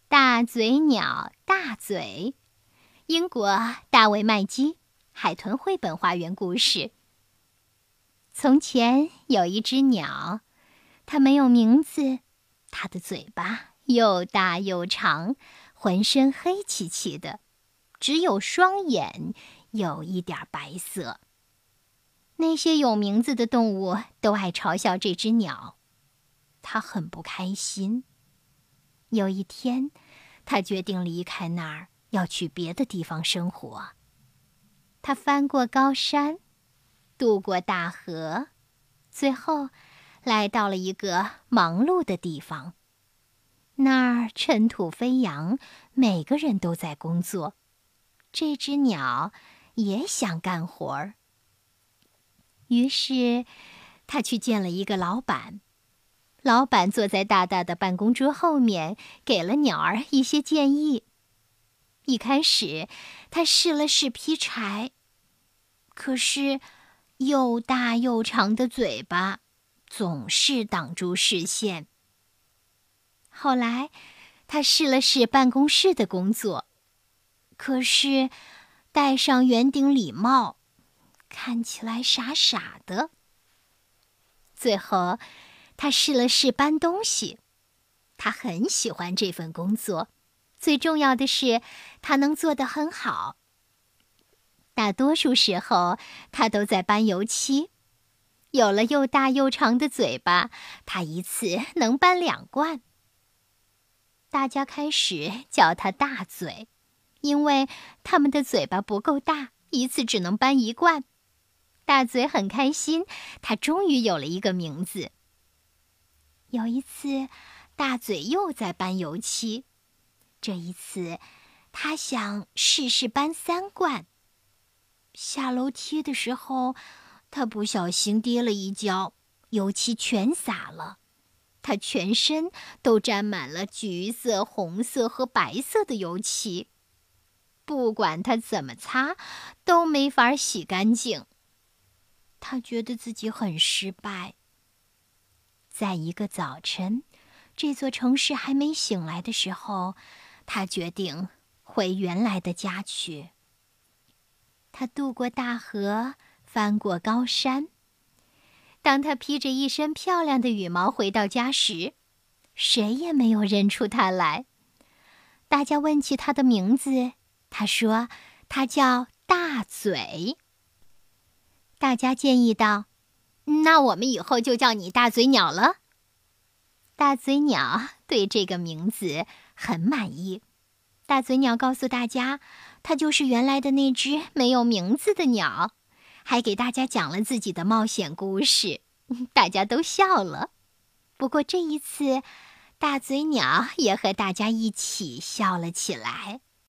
大嘴鸟大嘴，英国大卫麦基海豚绘本花园故事。从前有一只鸟，它没有名字，它的嘴巴又大又长，浑身黑漆漆的，只有双眼有一点白色。那些有名字的动物都爱嘲笑这只鸟，它很不开心。有一天，他决定离开那儿，要去别的地方生活。他翻过高山，渡过大河，最后来到了一个忙碌的地方。那儿尘土飞扬，每个人都在工作。这只鸟也想干活儿，于是他去见了一个老板。老板坐在大大的办公桌后面，给了鸟儿一些建议。一开始，他试了试劈柴，可是又大又长的嘴巴总是挡住视线。后来，他试了试办公室的工作，可是戴上圆顶礼帽，看起来傻傻的。最后，他试了试搬东西，他很喜欢这份工作，最重要的是，他能做得很好。大多数时候，他都在搬油漆。有了又大又长的嘴巴，他一次能搬2罐。大家开始叫他大嘴，因为他们的嘴巴不够大，一次只能搬1罐。大嘴很开心，他终于有了一个名字。有一次，大嘴又在搬油漆，这一次，他想试试搬3罐。下楼梯的时候，他不小心跌了一跤，油漆全洒了。他全身都沾满了橘色、红色和白色的油漆，不管他怎么擦，都没法洗干净。他觉得自己很失败。在一个早晨，这座城市还没醒来的时候，他决定回原来的家去。他渡过大河，翻过高山。当他披着一身漂亮的羽毛回到家时，谁也没有认出他来。大家问起他的名字，他说他叫大嘴。大家建议道：“那我们以后就叫你大嘴鸟了。”大嘴鸟对这个名字很满意。大嘴鸟告诉大家，它就是原来的那只没有名字的鸟，还给大家讲了自己的冒险故事。大家都笑了。不过这一次，大嘴鸟也和大家一起笑了起来。